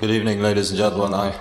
Good evening, ladies and gentlemen.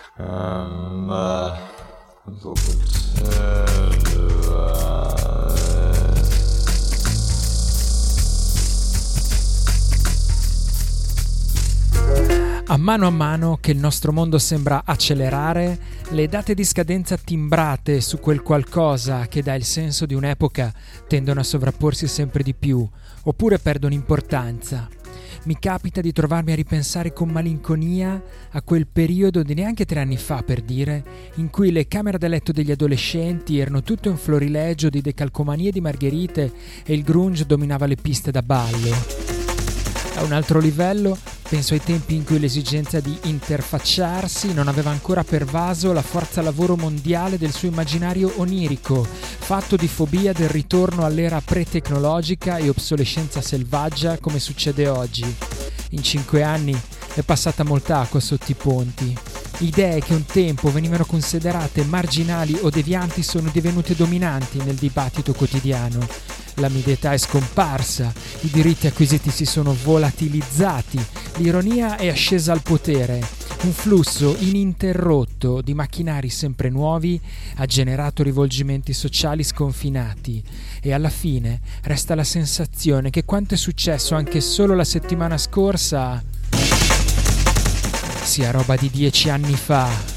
A mano che il nostro mondo sembra accelerare, le date di scadenza timbrate su quel qualcosa che dà il senso di un'epoca tendono a sovrapporsi sempre di più, oppure perdono importanza. Mi capita di trovarmi a ripensare con malinconia a quel periodo di neanche 3 anni fa, per dire, in cui le camere da letto degli adolescenti erano tutto un florilegio di decalcomanie di margherite e il grunge dominava le piste da ballo. A un altro livello, penso ai tempi in cui l'esigenza di interfacciarsi non aveva ancora pervaso la forza lavoro mondiale del suo immaginario onirico, fatto di fobia del ritorno all'era pre-tecnologica e obsolescenza selvaggia come succede oggi. In 5 anni è passata molta acqua sotto i ponti. Idee che un tempo venivano considerate marginali o devianti sono divenute dominanti nel dibattito quotidiano. La medietà è scomparsa, i diritti acquisiti si sono volatilizzati, l'ironia è ascesa al potere. Un flusso ininterrotto di macchinari sempre nuovi ha generato rivolgimenti sociali sconfinati e alla fine resta la sensazione che quanto è successo anche solo la settimana scorsa sia roba di 10 anni fa.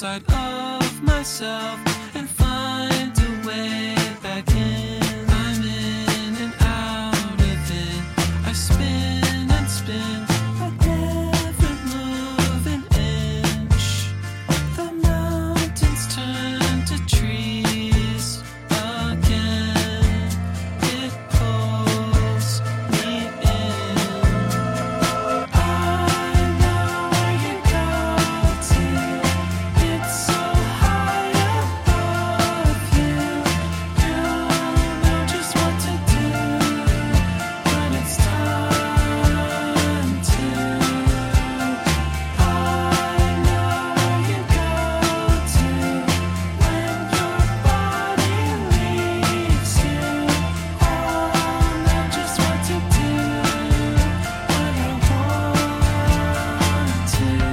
outside of myself and find a way back in. I'm in and out of it. I spin and spin, but never move an inch. The mountains turn to trees again. It pulls me in. I know where you go to. It's so high above you. You know just what to do when it's time to. I know where you go to when your body leaves you. I know just what to do when I want to.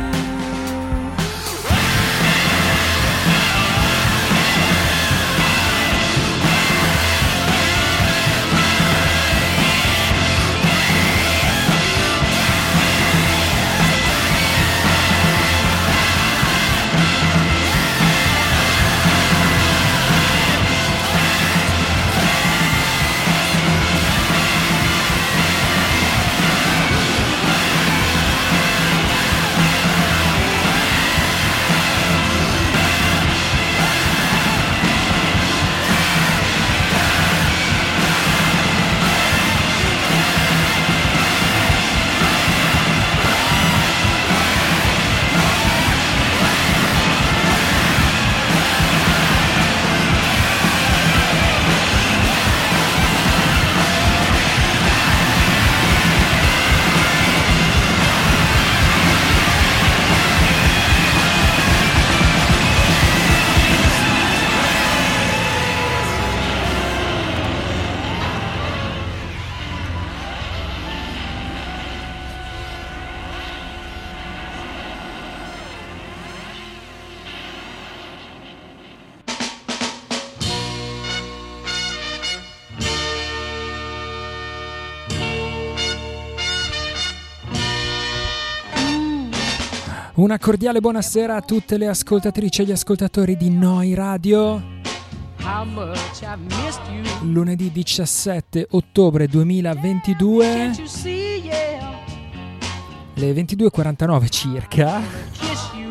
Una cordiale buonasera a tutte le ascoltatrici e gli ascoltatori di Noi Radio. How much I've missed you. Lunedì 17 ottobre 2022, Can't you see, yeah, le 22:49 circa. kiss you.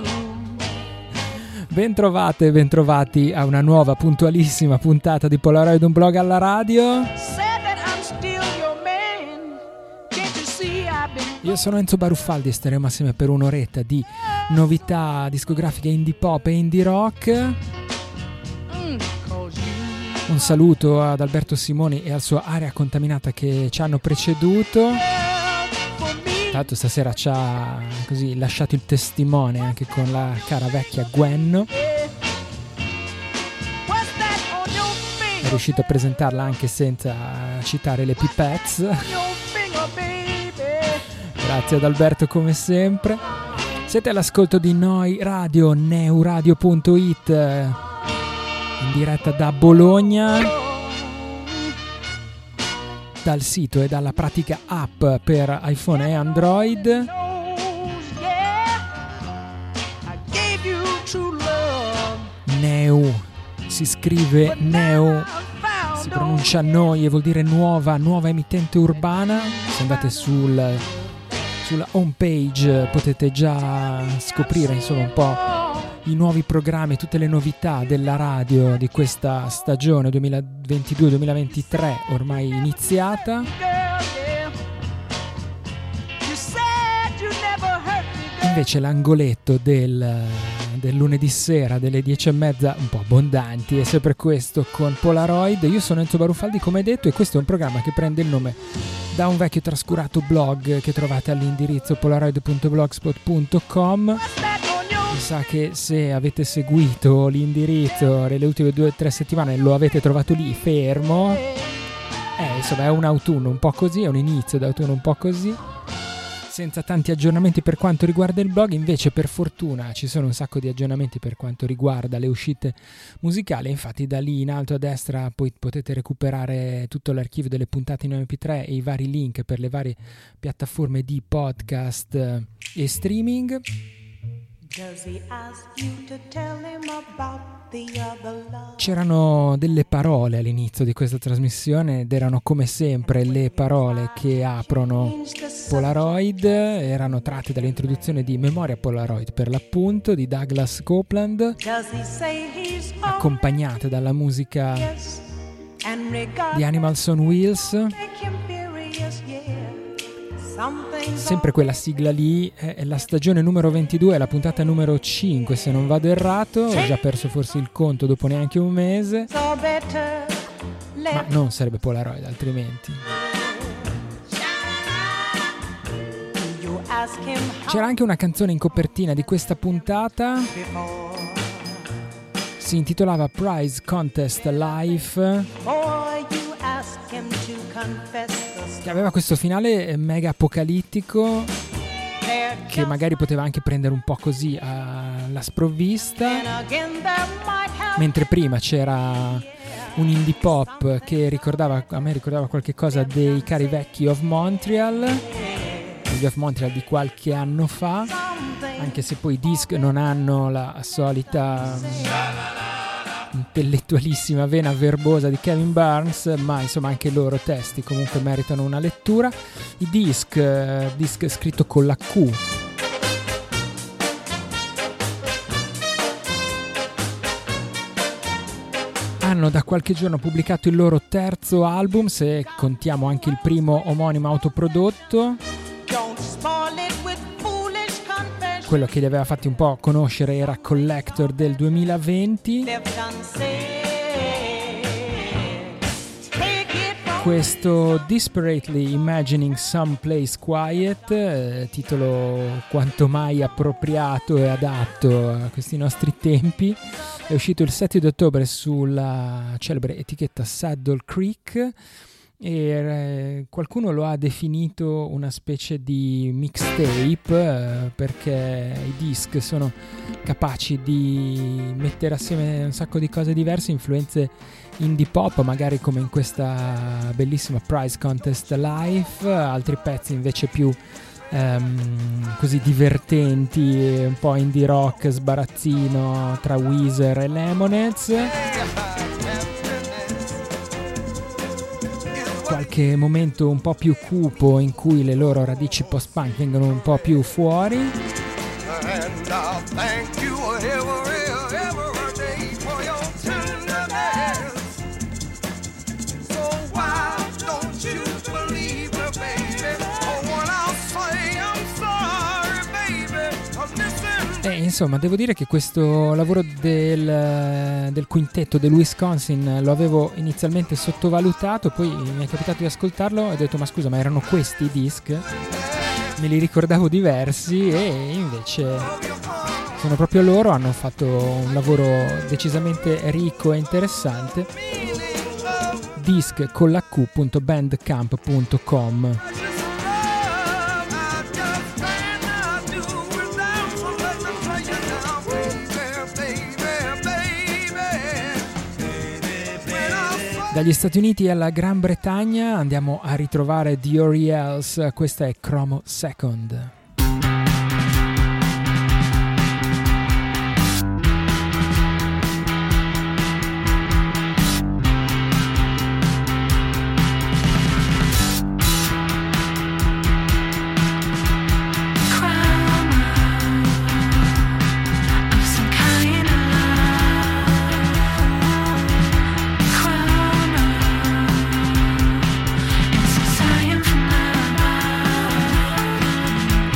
Bentrovate e bentrovati a una nuova puntualissima puntata di Polaroid, un blog alla radio. Said that I'm still your man. Can't you see I've been Io sono Enzo Baruffaldi e staremo assieme per un'oretta di novità discografiche indie pop e indie rock. 'cause you Un saluto ad Alberto Simoni e al suo Area Contaminata che ci hanno preceduto. for me. Tra l'altro stasera ci ha così lasciato il testimone anche con la cara vecchia Gwen. What's that on your È finger? riuscito a presentarla anche senza citare le Pipettes. On your finger, baby. Grazie ad Alberto come sempre. Siete all'ascolto di Noi Radio, neuradio.it, in diretta da Bologna, dal sito e dalla pratica app per iPhone e Android. Knows, yeah. I gave you true love. Neu, si scrive Neu, si pronuncia Noi e vuol dire nuova emittente urbana. Se andate sulla homepage potete già scoprire insomma un po' i nuovi programmi, tutte le novità della radio di questa stagione 2022-2023 ormai iniziata. Girl, yeah. You said you never hurt me, girl. Invece l'angoletto del lunedì sera delle 10:30 un po' abbondanti, e sempre questo con Polaroid. Io sono Enzo Baruffaldi come detto, e questo è un programma che prende il nome da un vecchio trascurato blog che trovate all'indirizzo polaroid.blogspot.com. What's that on your Mi sa che se avete seguito l'indirizzo nelle ultime 2 o 3 settimane lo avete trovato lì fermo. Insomma è un autunno un po' così, è un inizio d'autunno un po' così, senza tanti aggiornamenti per quanto riguarda il blog. Invece per fortuna ci sono un sacco di aggiornamenti per quanto riguarda le uscite musicali. Infatti da lì in alto a destra poi potete recuperare tutto l'archivio delle puntate in MP3 e i vari link per le varie piattaforme di podcast e streaming. Does he ask you to tell him about the other love? C'erano delle parole all'inizio di questa trasmissione ed erano come sempre le parole che aprono Polaroid, erano tratte dall'introduzione di Memoria Polaroid per l'appunto di Douglas Copeland, Does he say he's accompagnate dalla musica obvious and regard di Animals on Wheels. make him furious, yeah. Something's Sempre quella sigla lì, è la stagione numero 22, la puntata numero 5 se non vado errato, ho già perso forse il conto dopo neanche un mese, all better ma left. non sarebbe Polaroid altrimenti. You ask him how C'era anche una canzone in copertina di questa puntata, before. si intitolava Prize Contest Life, Or you ask him to confess the che aveva questo finale mega apocalittico there che magari poteva anche prendere un po' così alla sprovvista, and again there might have mentre prima c'era un indie pop che a me ricordava qualche cosa dei cari vecchi Of Montreal, gli Of Montreal di qualche anno fa, something. anche se poi i disc non hanno la solita intellettualissima vena verbosa di Kevin Barnes, ma insomma anche i loro testi comunque meritano una lettura. I disc scritto con la Q, hanno da qualche giorno pubblicato il loro terzo album, se contiamo anche il primo omonimo autoprodotto, Don't spoil it with foolish confession. quello che li aveva fatti un po' conoscere era Collector del 2020. Left unsaid. Take it from Questo Desperately Imagining Someplace Quiet, titolo quanto mai appropriato e adatto a questi nostri tempi, è uscito il 7 di ottobre sulla celebre etichetta Saddle Creek e qualcuno lo ha definito una specie di mixtape perché i disc sono capaci di mettere assieme un sacco di cose diverse, influenze indie pop magari come in questa bellissima Prize Contest Live, altri pezzi invece più così divertenti, un po' indie rock sbarazzino tra Weezer e Lemonheads, qualche momento un po' più cupo in cui le loro radici post-punk vengono un po' più fuori. And I'll thank you every day for your tenderness. So why don't you believe me, baby? Oh, when I'll say I'm sorry, baby, I'm listening. Insomma, devo dire che questo lavoro del quintetto del Wisconsin lo avevo inizialmente sottovalutato, poi mi è capitato di ascoltarlo e ho detto ma scusa, ma erano questi i disc? Me li ricordavo diversi e invece sono proprio loro, hanno fatto un lavoro decisamente ricco e interessante. Disc con la Q.bandcamp.com. Dagli Stati Uniti alla Gran Bretagna andiamo a ritrovare The Oriels, questa è Chromo Second. Inside I am from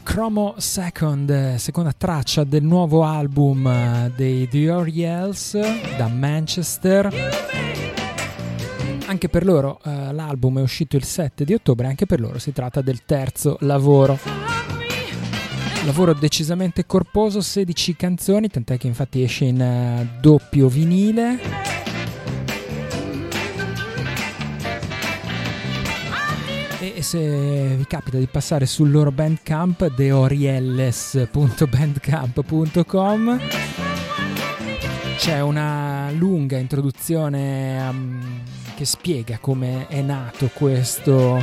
Chromo Second, seconda traccia del nuovo album dei The Oriels da Manchester. Anche per loro l'album è uscito il 7 di ottobre, anche per loro si tratta del terzo lavoro. Lavoro decisamente corposo, 16 canzoni, tant'è che infatti esce in doppio vinile. E se vi capita di passare sul loro Bandcamp, theorielles.bandcamp.com, c'è una lunga introduzione che spiega come è nato questo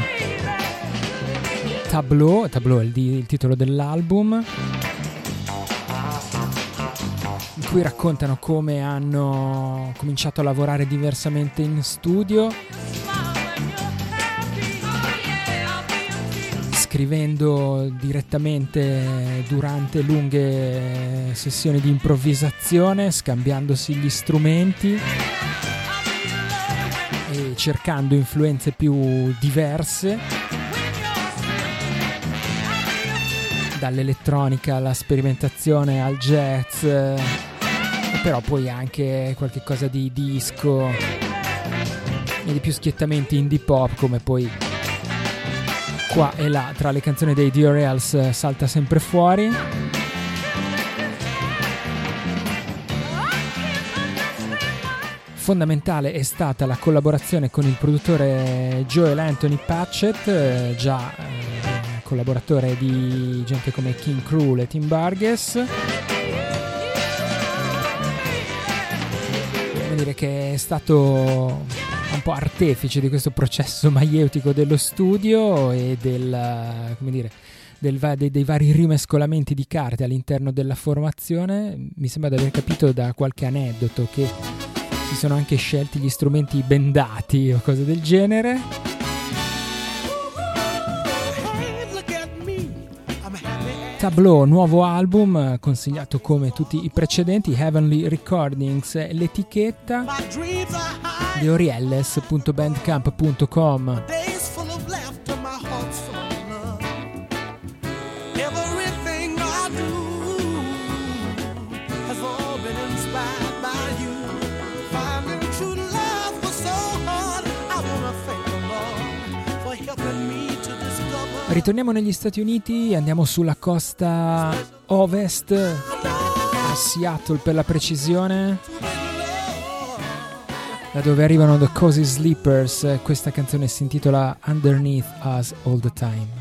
Tableau è il titolo dell'album, in cui raccontano come hanno cominciato a lavorare diversamente in studio, scrivendo direttamente durante lunghe sessioni di improvvisazione, scambiandosi gli strumenti e cercando influenze più diverse, dall'elettronica alla sperimentazione al jazz, però poi anche qualche cosa di disco e di più schiettamenti indie pop, come poi qua e là tra le canzoni dei The Oriels salta sempre fuori. Fondamentale è stata la collaborazione con il produttore Joel Anthony Patchett, già collaboratore di gente come King Krul e Tim Burgess. Devo dire che è stato un po' artefice di questo processo maieutico dello studio e dei vari rimescolamenti di carte all'interno della formazione. Mi sembra di aver capito da qualche aneddoto che si sono anche scelti gli strumenti bendati o cose del genere. Tableau, nuovo album, consigliato come tutti i precedenti, Heavenly Recordings, l'etichetta, theorielles.bandcamp.com. Ritorniamo negli Stati Uniti, andiamo sulla costa ovest, a Seattle per la precisione, da dove arrivano The Cozy Sleepers. Questa canzone si intitola Underneath Us All the Time.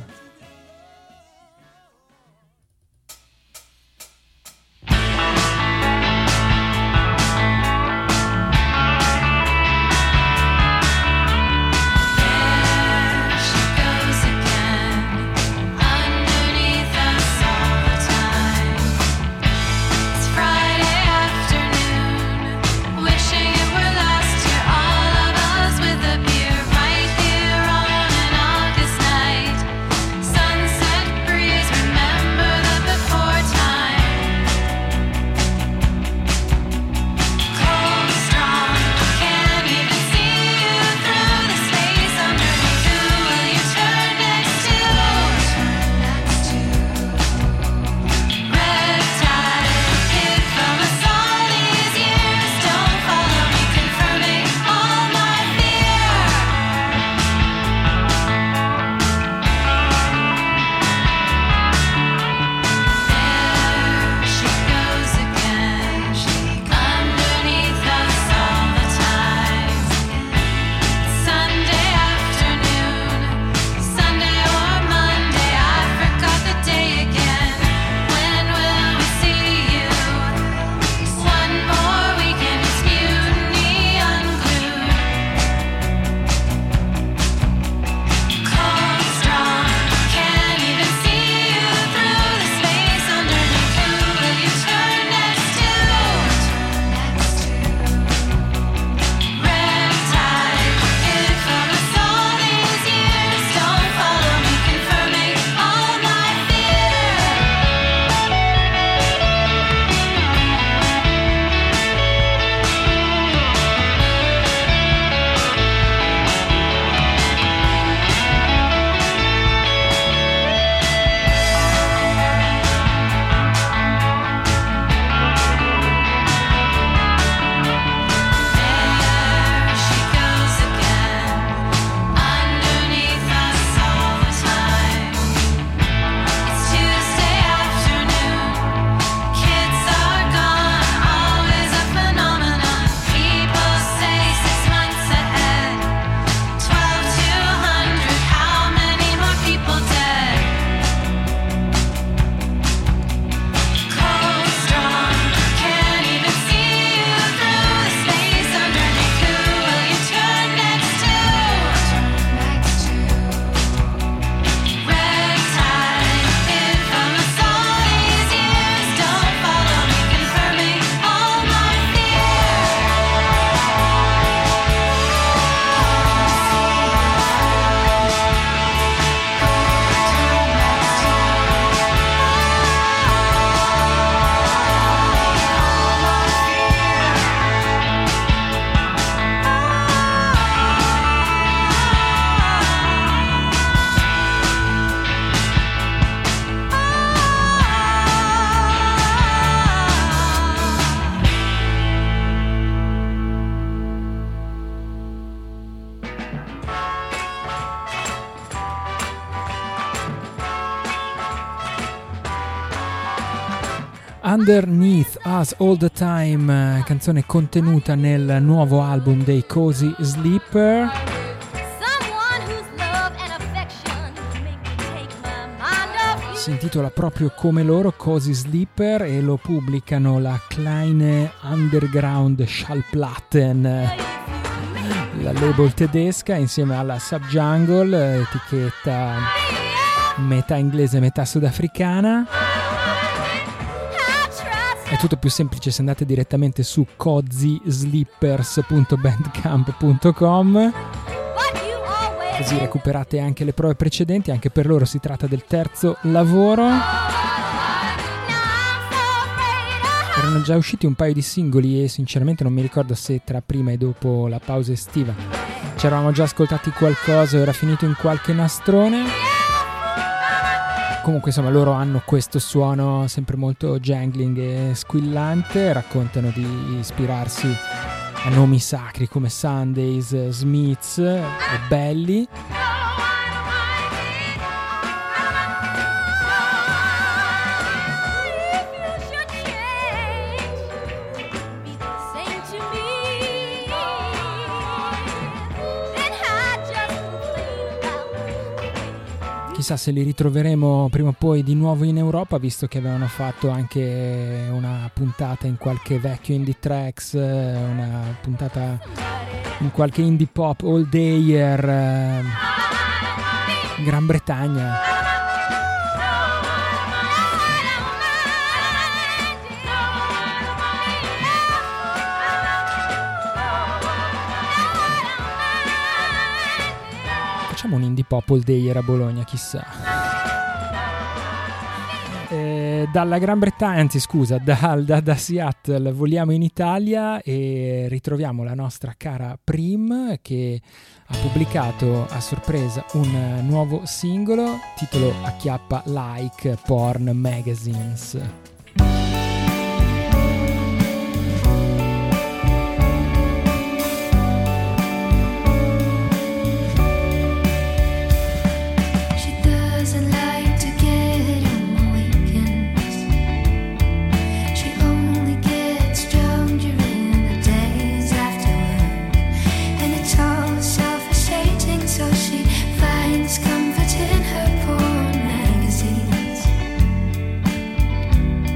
Right here on an August night. Underneath Us All the Time, canzone contenuta nel nuovo album dei Cozy Sleeper. Si intitola proprio come loro, Cozy Sleeper, e lo pubblicano la Kleine Underground Schallplatten, la label tedesca, insieme alla Subjungle, etichetta metà inglese metà sudafricana. È tutto più semplice se andate direttamente su cozysleepers.bandcamp.com, così recuperate anche le prove precedenti. Anche per loro si tratta del terzo lavoro. Erano già usciti un paio di singoli e sinceramente non mi ricordo se tra prima e dopo la pausa estiva ci eravamo già ascoltati qualcosa o era finito in qualche nastrone. Comunque insomma loro hanno questo suono sempre molto jangling e squillante, raccontano di ispirarsi a nomi sacri come Sundays, Smiths e Belly. Chissà se li ritroveremo prima o poi di nuovo in Europa, visto che avevano fatto anche una puntata in qualche vecchio indie tracks, una puntata in qualche indie pop all dayer in Gran Bretagna. Un indie pop all dayer a Bologna, chissà. Dalla Gran Bretagna, anzi scusa, da Seattle voliamo in Italia e ritroviamo la nostra cara Prim, che ha pubblicato a sorpresa un nuovo singolo, titolo acchiappa Like Porn Magazines. Comfort in her porn magazines.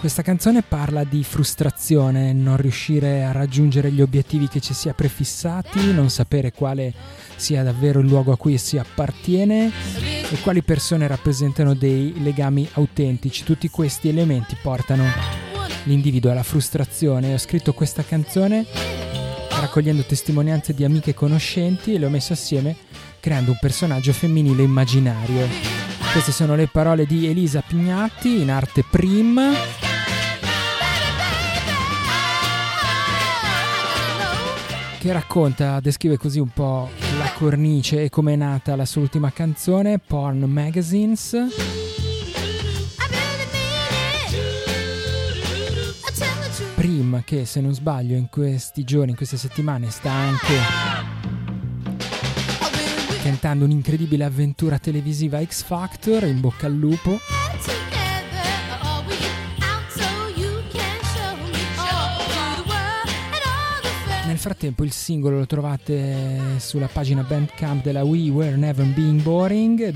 Questa canzone parla di frustrazione, non riuscire a raggiungere gli obiettivi che ci si è prefissati, non sapere quale sia davvero il luogo a cui si appartiene e quali persone rappresentano dei legami autentici. Tutti questi elementi portano l'individuo alla frustrazione. Ho scritto questa canzone raccogliendo testimonianze di amiche e conoscenti e le ho messe assieme creando un personaggio femminile immaginario. Queste sono le parole di Elisa Pignatti, in arte Prim, che racconta, descrive così un po' la cornice e come è nata la sua ultima canzone, Porn Magazines. Prim, che se non sbaglio in questi giorni, in queste settimane, sta anche tentando un'incredibile avventura televisiva X Factor, in bocca al lupo. Nel frattempo il singolo lo trovate sulla pagina Bandcamp della We Were Never Being Boring,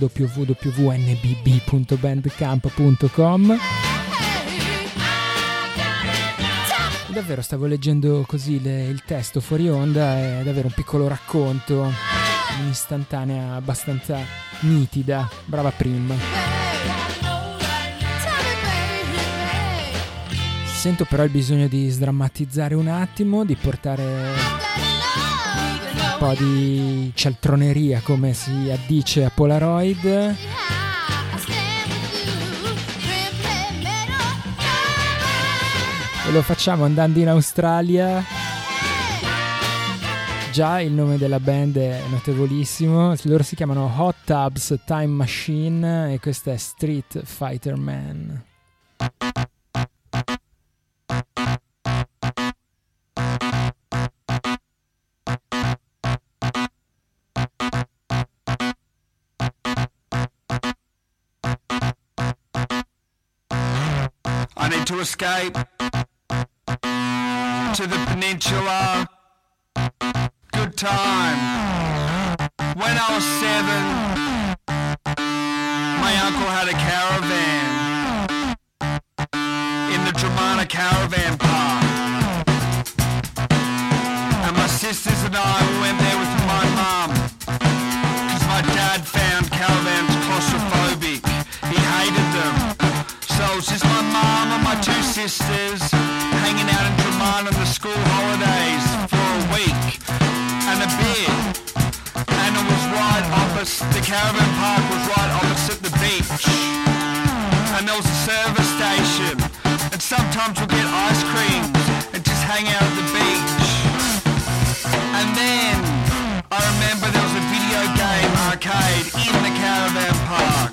www.nbb.bandcamp.com. Davvero stavo leggendo così il testo fuori onda, è davvero un piccolo racconto, un'istantanea abbastanza nitida. Brava Prim. Sento però il bisogno di sdrammatizzare un attimo, di portare un po' di cialtroneria, come si addice a Polaroid. E lo facciamo andando in Australia. Già il nome della band è notevolissimo, loro si chiamano Hot Tubs Time Machine e questa è Street Fighter Man. I need to escape to the peninsula. Good time. When I was 7, my uncle had a caravan in the Dramana Caravan Park. And my sisters and I went there with my mum, because my dad found caravans claustrophobic. He hated them. So it was just my mum and my two sisters hanging out in Dramana on the school holidays for a week and a bit. And it was right opposite, the caravan park was right opposite the beach. And there was a service station. And sometimes we'd get ice creams and just hang out at the beach. And then I remember there was a video game arcade in the caravan park.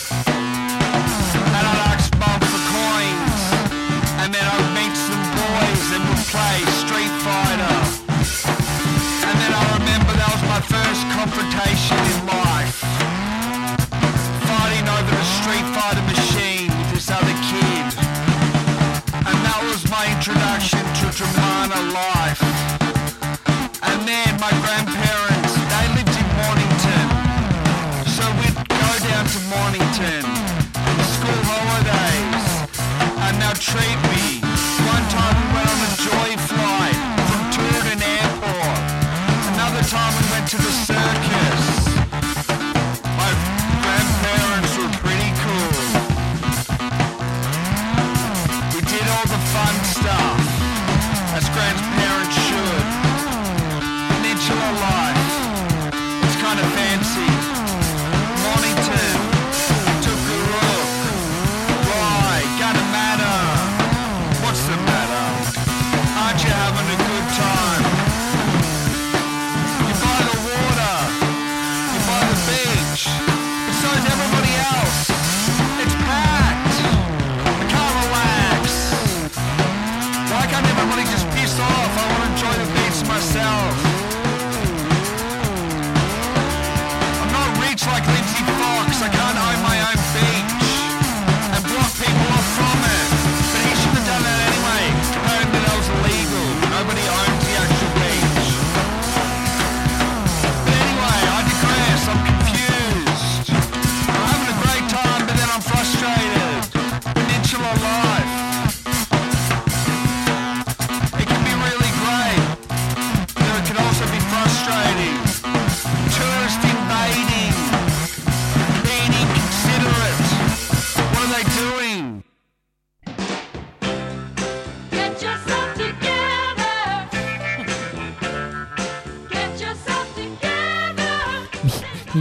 And I'd ask Mum for coins. And then I'd meet some boys and we'd play Street Fighter. And then I remember that was my first confrontation in life. Fighting over the Street Fighter machine with this other kid. And that was my introduction to Dramana life. And then my grandparents, they lived in Mornington. So we'd go down to Mornington in the school holidays. And they'd treat me. One time we went on a joy flight from Tooradin Airport. Another time we went to the circus. My grandparents were pretty cool. We did all the fun stuff, as grandparents should. Peninsula life.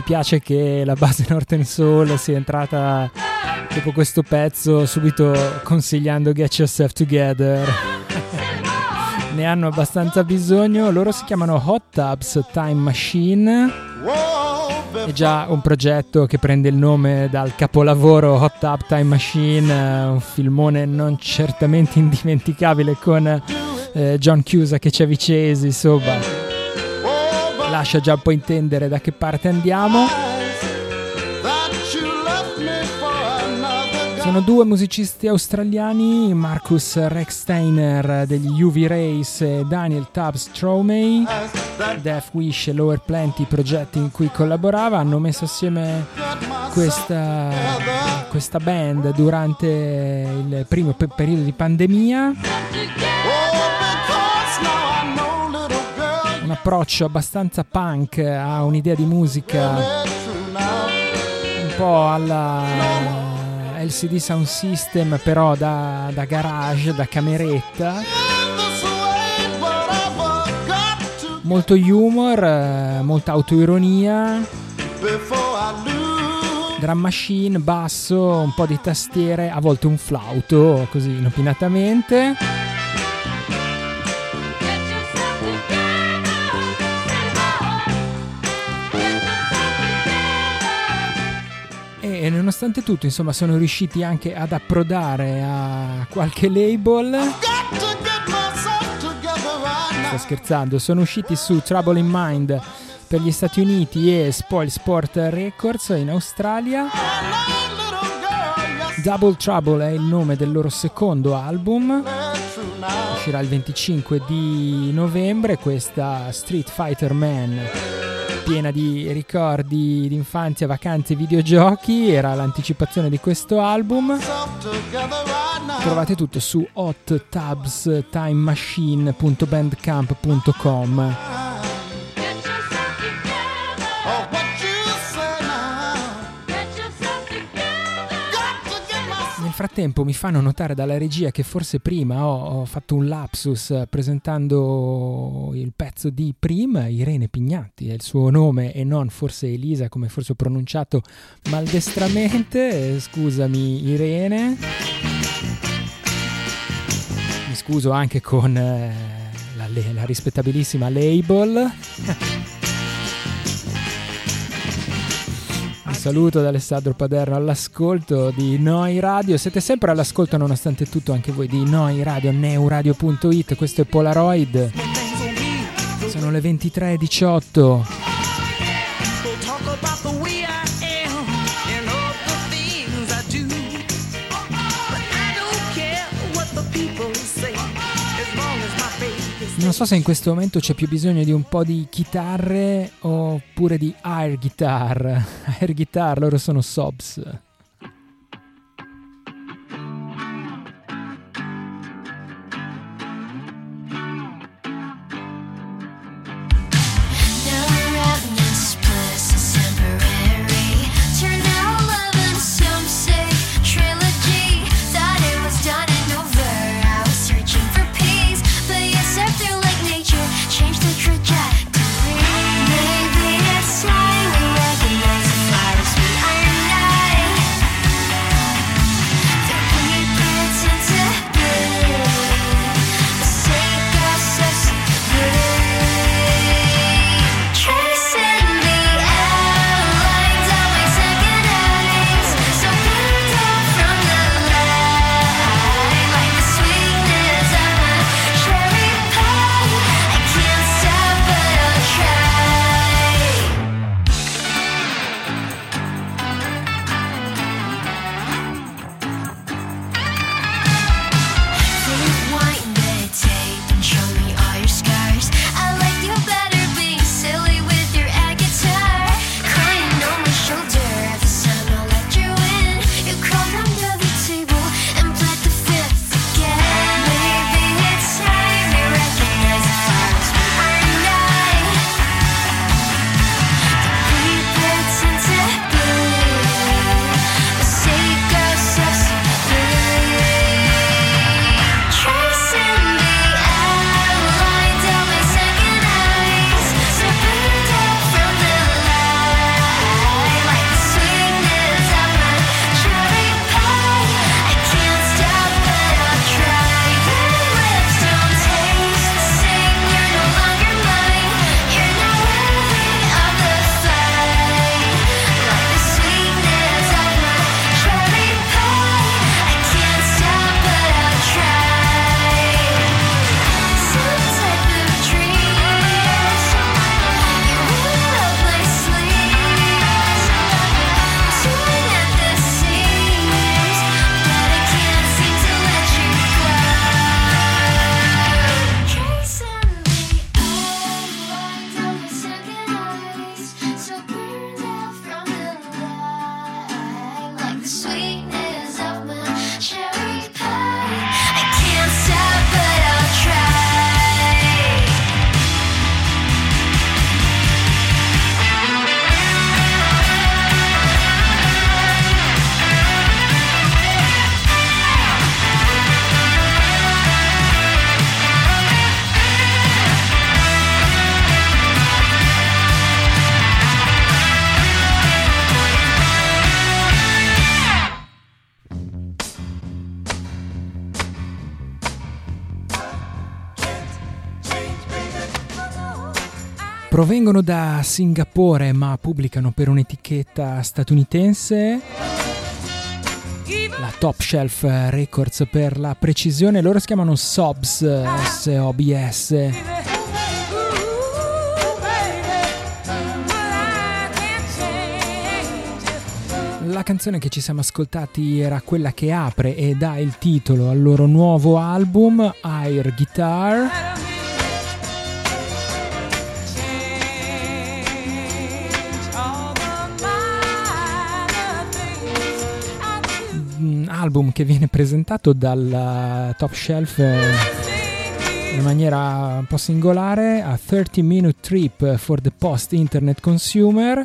piace che la base Northern Soul sia entrata dopo questo pezzo subito consigliando Get Yourself Together. Ne hanno abbastanza bisogno. Loro si chiamano Hot Tubs Time Machine. È già un progetto che prende il nome dal capolavoro Hot Tub Time Machine, un filmone non certamente indimenticabile con John Cusack e Chevy Chase, insomma lascia già un po' intendere da che parte andiamo. Sono due musicisti australiani, Marcus Rechsteiner degli UV Rays e Daniel Tubbs Tromey, Death Wish e Lower Plenty, progetti in cui collaborava. Hanno messo assieme questa band durante il primo periodo di pandemia. Un approccio abbastanza punk, ha un'idea di musica un po' alla LCD Sound System, però da garage, da cameretta. Molto humor, molta autoironia, drum machine, basso, un po' di tastiere, a volte un flauto, così inopinatamente. E nonostante tutto, insomma, sono riusciti anche ad approdare a qualche label. Sto scherzando, sono usciti su Trouble in Mind per gli Stati Uniti e Spoil Sport Records in Australia. Double Trouble è il nome del loro secondo album, uscirà il 25 di novembre. Questa Street Fighter Man, piena di ricordi di infanzia, vacanze e videogiochi, era l'anticipazione di questo album. Trovate tutto su hottubstimemachine.bandcamp.com. Nel frattempo mi fanno notare dalla regia che forse prima ho fatto un lapsus presentando il pezzo di Prim. Irene Pignatti è il suo nome e non forse Elisa, come forse ho pronunciato maldestramente. Scusami Irene. Mi scuso anche con la rispettabilissima label. Un saluto da Alessandro Paderno all'ascolto di Noi Radio. Siete sempre all'ascolto nonostante tutto anche voi di Noi Radio, neuradio.it. Questo è Polaroid. Sono le 23:18. Non so se in questo momento c'è più bisogno di un po' di chitarre oppure di air guitar. Air guitar, loro sono Sobs. Maybe it's time we recognize the flowers we are not. sweetness of my cherry pie. I can't stop, but I'll try. Provengono da Singapore ma pubblicano per un'etichetta statunitense, la Top Shelf Records per la precisione. Loro si chiamano Sobs, S-O-B-S. La canzone che ci siamo ascoltati era quella che apre e dà il titolo al loro nuovo album, Air Guitar. Album che viene presentato dal Top Shelf in maniera un po' singolare, a 30-minute trip for the post-internet consumer.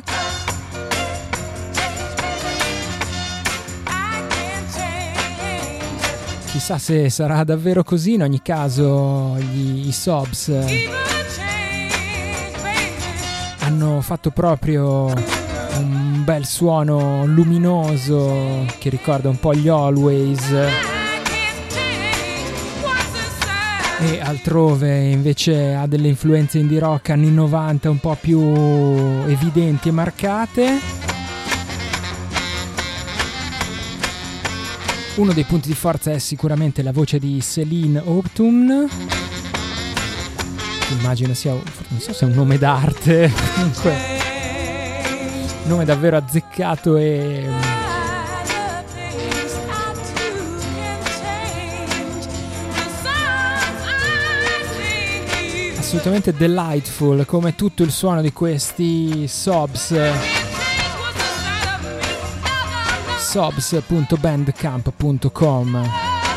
Chissà se sarà davvero così. In ogni caso i Sobs hanno fatto proprio un bel suono luminoso che ricorda un po' gli Always, e altrove invece ha delle influenze indie rock anni 90 un po' più evidenti e marcate. Uno dei punti di forza è sicuramente la voce di Céline Optum. Immagino sia, non so se è un nome d'arte, comunque nome davvero azzeccato e assolutamente delightful, come tutto il suono di questi Sobs. Sobs.bandcamp.com.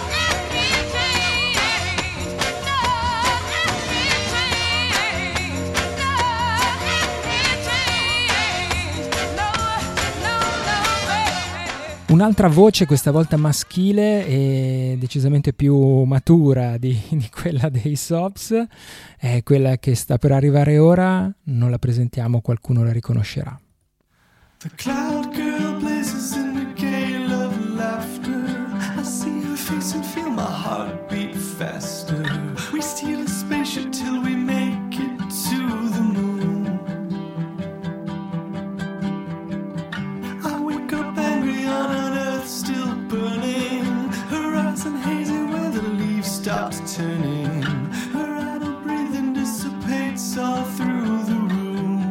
Un'altra voce, questa volta maschile e decisamente più matura di quella dei Sobs, è quella che sta per arrivare ora. Non la presentiamo, qualcuno la riconoscerà. The cloud girl blazes in the gale of laughter. I see her face and feel my heart beat faster. We steal a spaceship till we make it to the moon. I wake up angry on an earth still burning. Her eyes and hazy where the leaves stopped turning. Her idle breathing dissipates all through the room.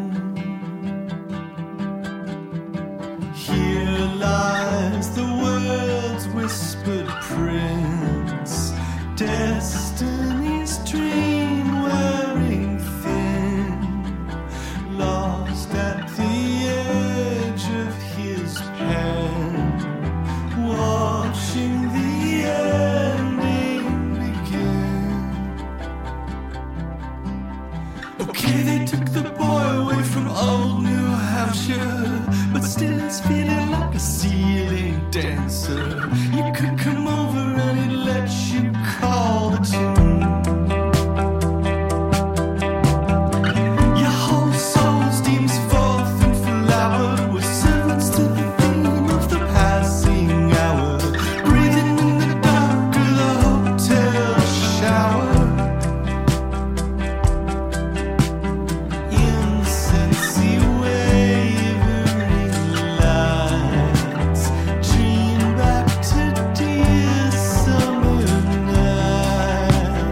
Here lies the world's whispered prince, destiny's dream wearing thin, lost at the edge of his pen, watching the ending begin. Okay, they took the boy away from old New Hampshire, but still it's feeling like a ceiling dancer. You could come over and he'd let you call the tune. Your whole soul steams forth and flowered with servants to the theme of the passing hour, breathing in the dark of the hotel shower. Insensey wavering lights, dream back to dear summer nights.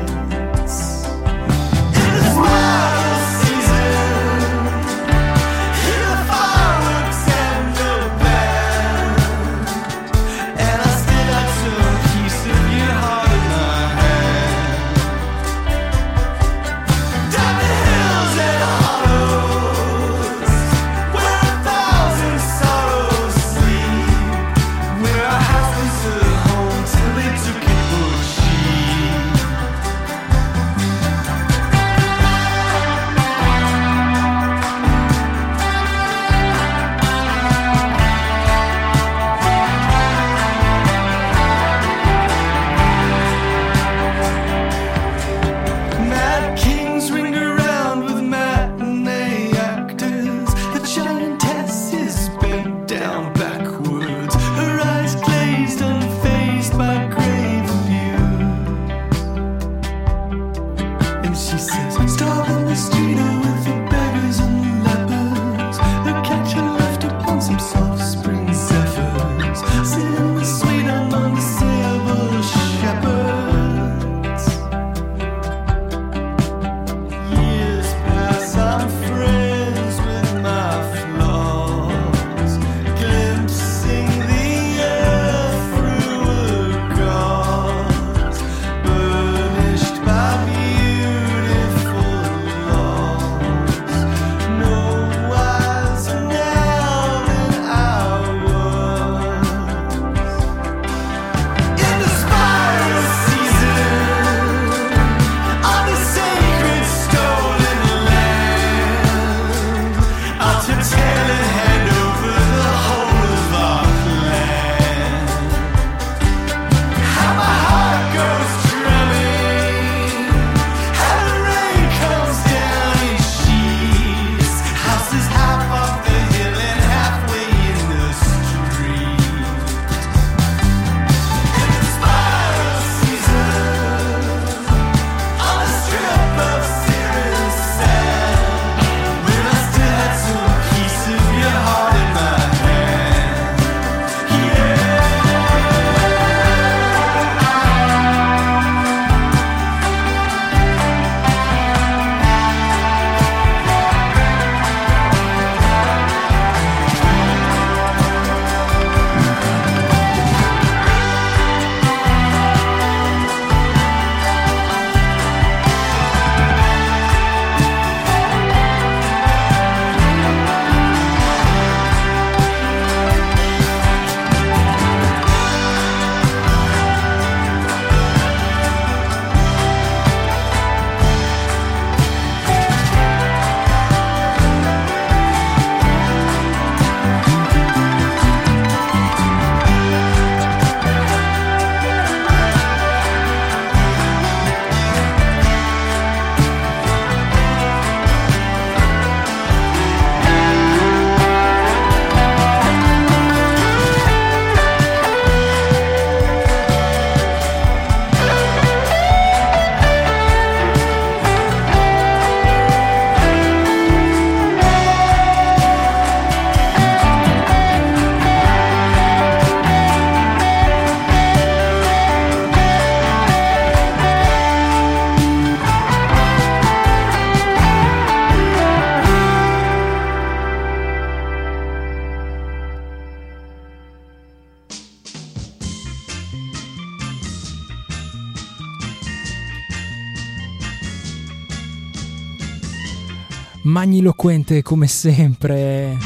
magniloquente come sempre,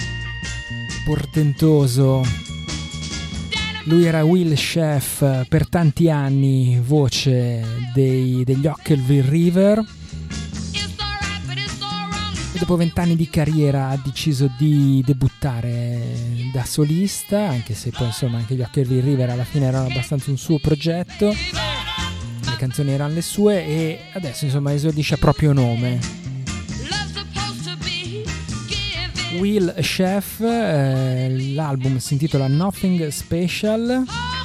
portentoso. Lui era Will Sheff, per tanti anni voce degli Ockerville River, e dopo 20 anni di carriera ha deciso di debuttare da solista, anche se poi insomma anche gli Ockerville River alla fine erano abbastanza un suo progetto, le canzoni erano le sue, e adesso insomma esordisce a proprio nome. Will Sheff, l'album si intitola Nothing Special,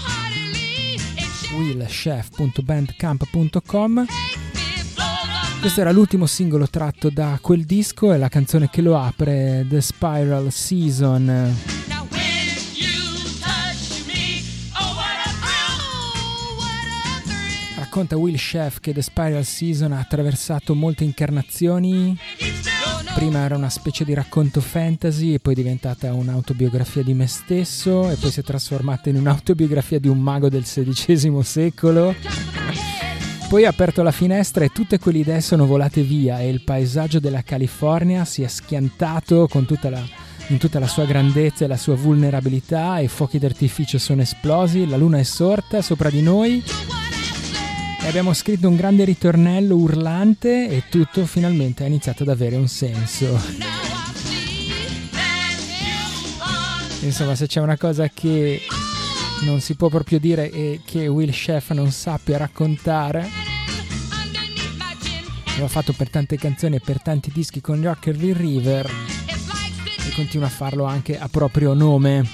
willsheff.bandcamp.com. Questo era l'ultimo singolo tratto da quel disco, e la canzone che lo apre, The Spiral Season. Racconta Will Sheff che The Spiral Season ha attraversato molte incarnazioni. Prima era una specie di racconto fantasy, e poi è diventata un'autobiografia di me stesso, e poi si è trasformata in un'autobiografia di un mago del XVI secolo. Poi ha aperto la finestra e tutte quelle idee sono volate via, e il paesaggio della California si è schiantato in tutta la sua grandezza e la sua vulnerabilità, e i fuochi d'artificio sono esplosi, la luna è sorta sopra di noi, e abbiamo scritto un grande ritornello urlante, e tutto finalmente ha iniziato ad avere un senso. Insomma, se c'è una cosa che non si può proprio dire e che Will Sheff non sappia raccontare, lo ha fatto per tante canzoni e per tanti dischi con gli Ockerville River, e continua a farlo anche a proprio nome.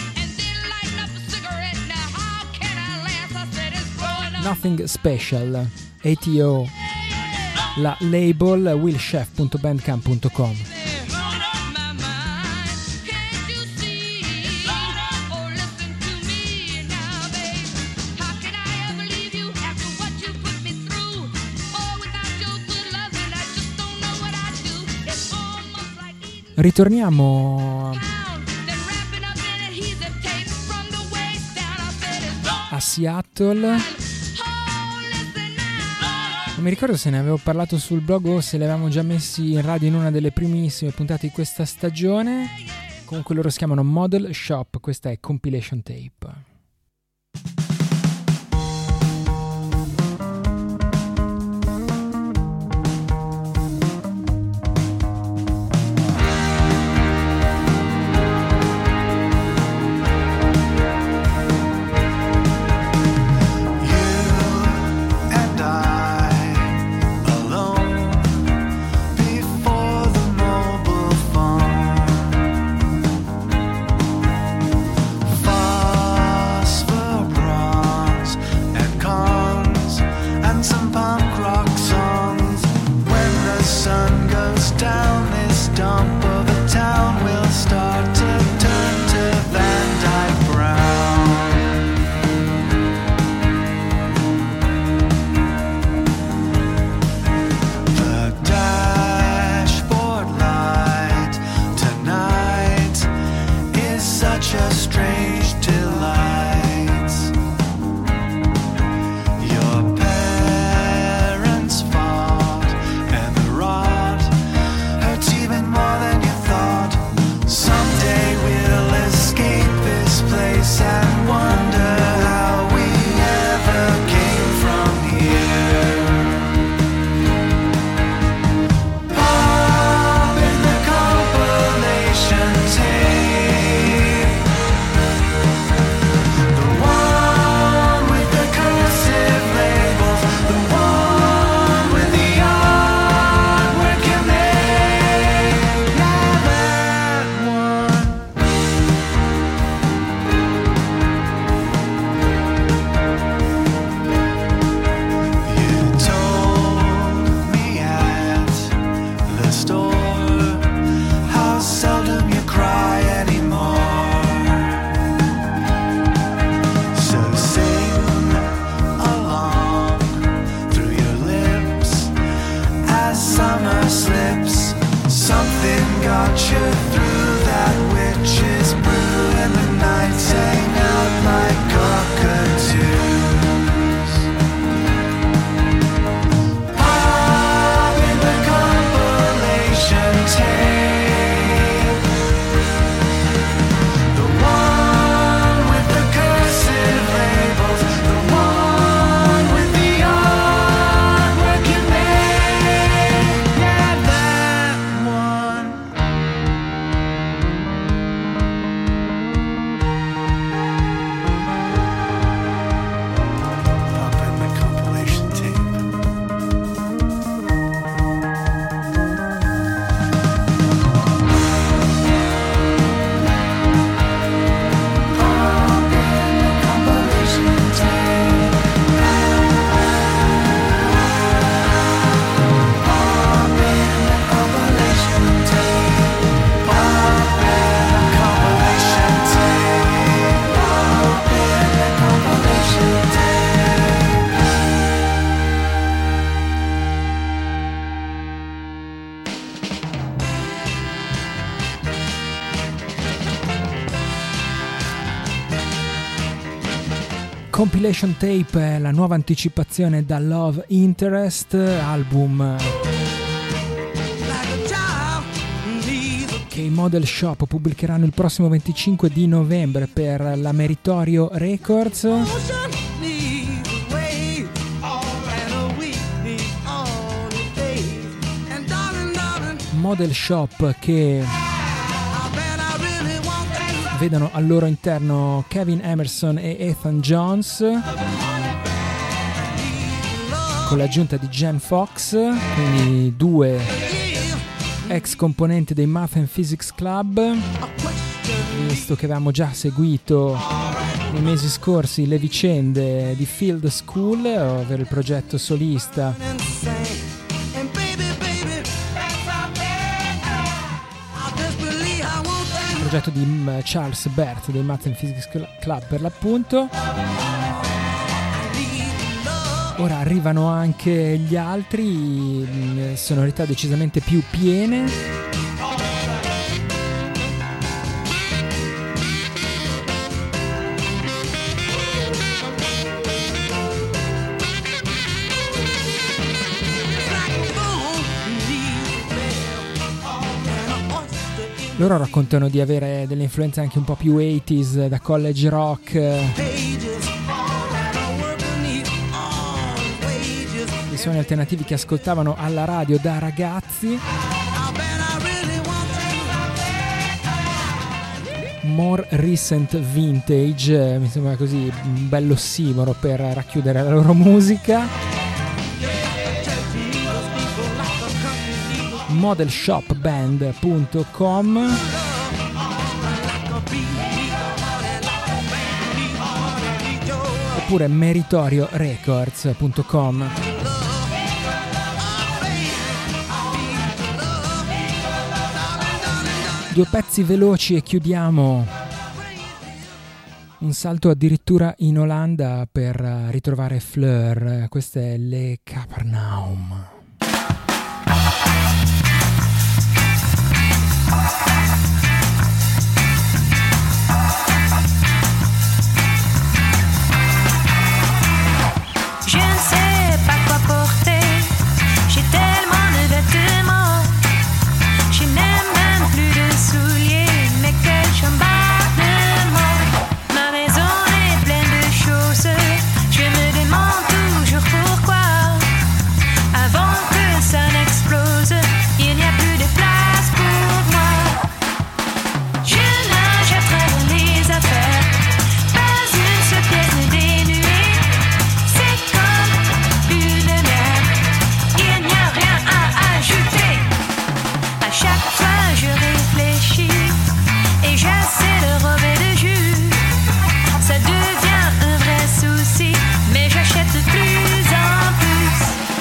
Nothing Special, ATO, la label, willsheff.bandcamp.com. Ritorniamo a Seattle. Non mi ricordo se ne avevo parlato sul blog o se li avevamo già messi in radio in una delle primissime puntate di questa stagione. Comunque loro si chiamano Model Shop, questa è Compilation Tape. Compilation Tape è la nuova anticipazione da Love Interest, album che i Model Shop pubblicheranno il prossimo 25 di novembre per la Meritorio Records. Model Shop che vedono al loro interno Kevin Emerson e Ethan Jones, con l'aggiunta di Jen Fox, quindi due ex componenti dei Math and Physics Club, visto che avevamo già seguito nei mesi scorsi le vicende di Field School, ovvero il progetto solista progetto di Charles Bert dei Math and Physics Club per l'appunto. Ora arrivano anche gli altri, sonorità decisamente più piene. Loro raccontano di avere delle influenze anche un po' più 80s, da college rock, i suoni alternativi che ascoltavano alla radio da ragazzi. More recent vintage, mi sembra così un bello ossimoro per racchiudere la loro musica. modelshopband.com oppure meritoriorecords.com. Due pezzi veloci e chiudiamo. Un salto addirittura in Olanda per ritrovare Fleur. Questa è Le Capernaum. Je ne sais pas quoi porter, j'ai tellement de vêtements, je n'ai même plus de souliers, mais quel chambardement. Ma maison est pleine de choses, je me demande toujours pourquoi. Avant que ça n'explose, il n'y a plus de place pour moi. Je nage à travers les affaires, pas une seule pièce ne dénuée. C'est comme une mer, il n'y a rien à ajouter. À chaque fois je réfléchis et j'essaie de rober de jus. Ça devient un vrai souci, mais j'achète de plus en plus.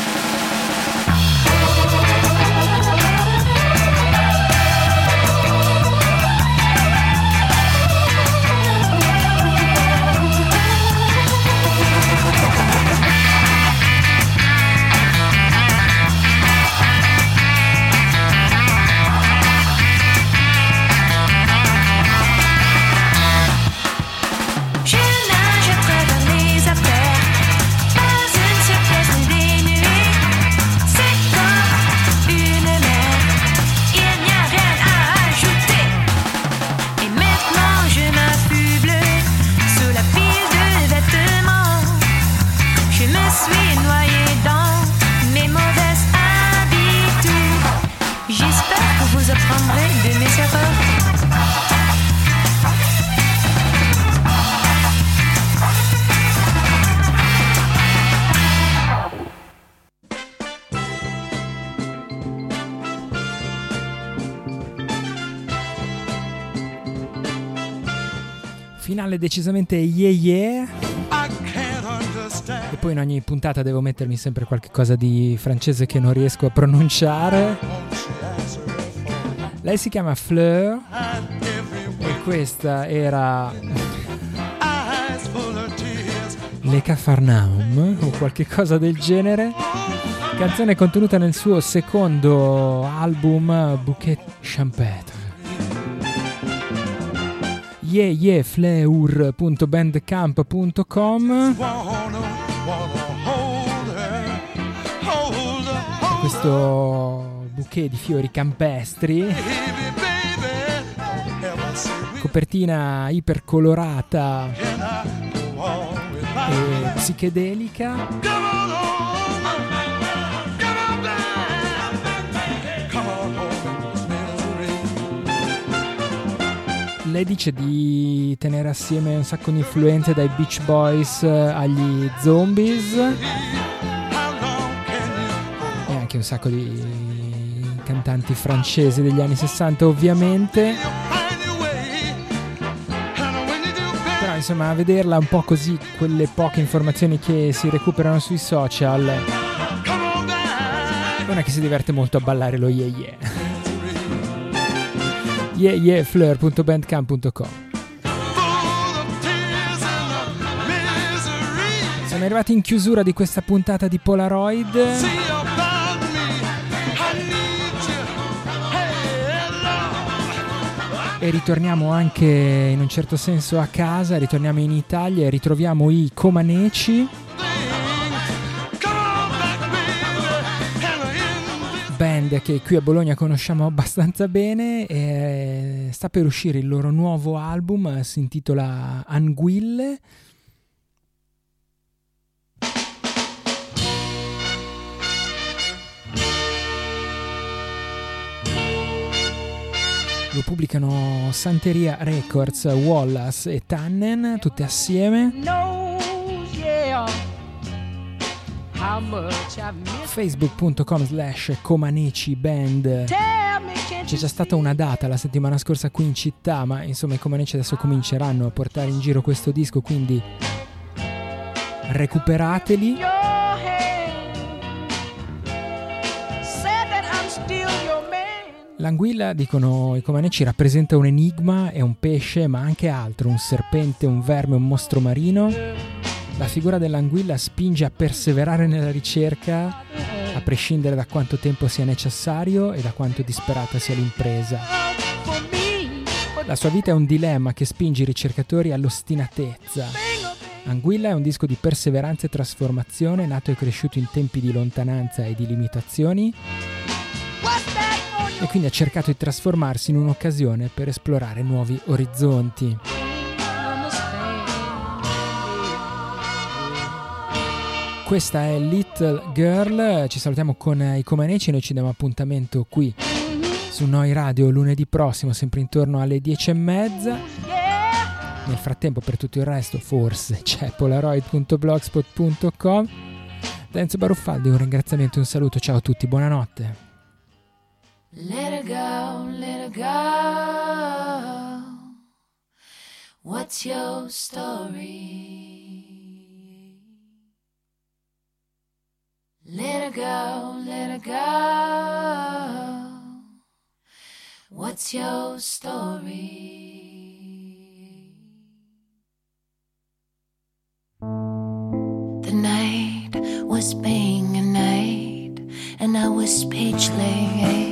Je nage à travers les affaires, pas une seule pièce ne dénuée. C'est comme une mer, il n'y a rien à ajouter. Et maintenant je m'affuble sous la pile de vêtements. Je me suis noyée dans mes mauvaises habitudes. J'espère que vous apprendrez de mes erreurs. Finale decisamente yeah. I can't understand. E poi in ogni puntata devo mettermi sempre qualche cosa di francese che non riesco a pronunciare. Lei si chiama Fleur e questa era Eyes full of tears. Le Capernaum o qualche cosa del genere. Canzone contenuta nel suo secondo album Bouquet Champêtre. yeeyefleur.bandcamp.com. wanna hold her, Questo bouquet di fiori campestri, baby, baby. Don't ever say we copertina ipercolorata cannot go on without e her. psichedelica. Come on home, come on back, come on home, misery. Lei dice di tenere assieme un sacco di influenze dai Beach Boys agli Zombies How long can you e anche un sacco di cantanti francesi degli anni 60 ovviamente. find your way? And when you do, baby, Però insomma a vederla un po' così, quelle poche informazioni che si recuperano sui social, come on back. non è che si diverte molto a ballare lo yeah yeah. yeeyefleur.bandcamp.com. Full of tears and misery. Siamo arrivati in chiusura di questa puntata di Polaroid. See about me, I need you. Hey, Lord. E ritorniamo anche in un certo senso a casa, ritorniamo in Italia e ritroviamo i Comaneci, Come on back, baby. And in this band che qui a Bologna conosciamo abbastanza bene. E sta per uscire il loro nuovo album, si intitola Anguille. Lo pubblicano Santeria Records, Wallace e Tannen, tutte assieme. knows, yeah, how much I've missed. Facebook.com/Comaneci Band. Tell me, can't C'è you già stata una data la settimana scorsa qui in città, ma insomma i Comaneci adesso cominceranno a portare in giro questo disco, quindi recuperateli. your hand? Said that I'm still your man. L'anguilla, dicono i Comaneci, rappresenta un enigma, è un pesce, ma anche altro, un serpente, un verme, un mostro marino. La figura dell'anguilla spinge a perseverare nella ricerca, a prescindere da quanto tempo sia necessario e da quanto disperata sia l'impresa. For me, but La sua vita è un dilemma che spinge i ricercatori all'ostinatezza. Anguilla è un disco di perseveranza e trasformazione, nato e cresciuto in tempi di lontananza e di limitazioni, what's that on e your quindi ha cercato di trasformarsi in un'occasione per esplorare nuovi orizzonti. Questa è Little Girl, ci salutiamo con i Comaneci, noi ci diamo appuntamento qui su Noi Radio lunedì prossimo, sempre intorno alle 10:30. yeah? Nel frattempo, per tutto il resto, forse c'è polaroid.blogspot.com. Da Enzo Baruffaldi un ringraziamento e un saluto, ciao a tutti, buonanotte. Let her go, let her go. What's your story? Let her go, let her go. What's your story? The night was being a night, and I was speechless.